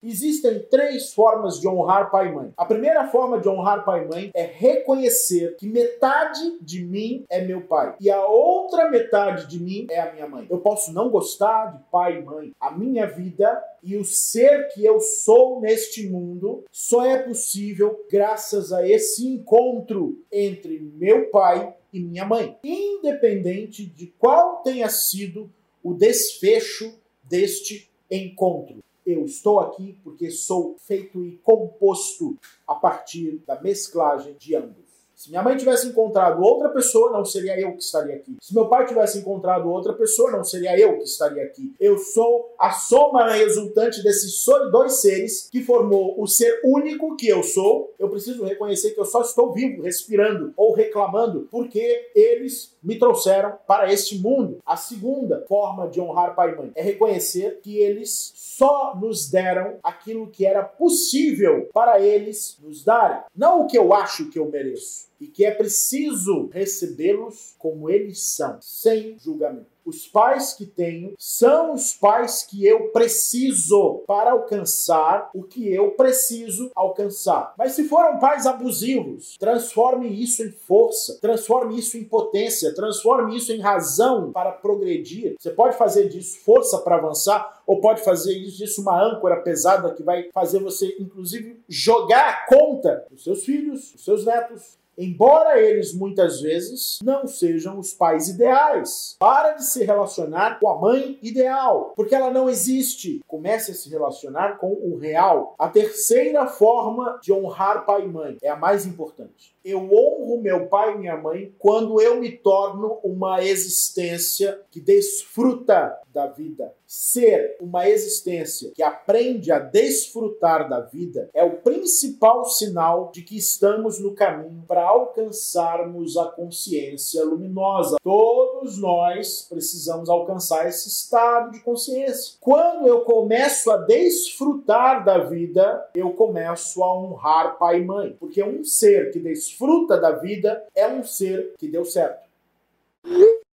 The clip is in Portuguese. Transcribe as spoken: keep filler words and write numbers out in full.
Existem três formas de honrar pai e mãe. A primeira forma de honrar pai e mãe é reconhecer que metade de mim é meu pai e a outra metade de mim é a minha mãe. Eu posso não gostar de pai e mãe. A minha vida e o ser que eu sou neste mundo só é possível graças a esse encontro entre meu pai e minha mãe, independente de qual tenha sido o desfecho deste encontro. Eu estou aqui porque sou feito e composto a partir da mesclagem de ambos. Se minha mãe tivesse encontrado outra pessoa, não seria eu que estaria aqui. Se meu pai tivesse encontrado outra pessoa, não seria eu que estaria aqui. Eu sou a soma resultante desses dois seres que formou o ser único que eu sou. Eu preciso reconhecer que eu só estou vivo, respirando ou reclamando, porque eles me trouxeram para este mundo. A segunda forma de honrar pai e mãe é reconhecer que eles só nos deram aquilo que era possível para eles nos darem. Não o que eu acho que eu mereço. E que é preciso recebê-los como eles são, sem julgamento. Os pais que tenho são os pais que eu preciso para alcançar o que eu preciso alcançar. Mas se foram pais abusivos, transforme isso em força, transforme isso em potência, transforme isso em razão para progredir. Você pode fazer disso força para avançar, ou pode fazer disso uma âncora pesada que vai fazer você, inclusive, jogar a conta dos seus filhos, dos seus netos, embora eles muitas vezes não sejam os pais ideais. Para de se relacionar com a mãe ideal, porque ela não existe. Comece a se relacionar com o real. A terceira forma de honrar pai e mãe é a mais importante. Eu honro meu pai e minha mãe quando eu me torno uma existência que desfruta da vida. Ser uma existência que aprende a desfrutar da vida é o principal sinal de que estamos no caminho para alcançarmos a consciência luminosa. Todos nós precisamos alcançar esse estado de consciência. Quando eu começo a desfrutar da vida, eu começo a honrar pai e mãe, porque um ser que desfruta da vida é um ser que deu certo.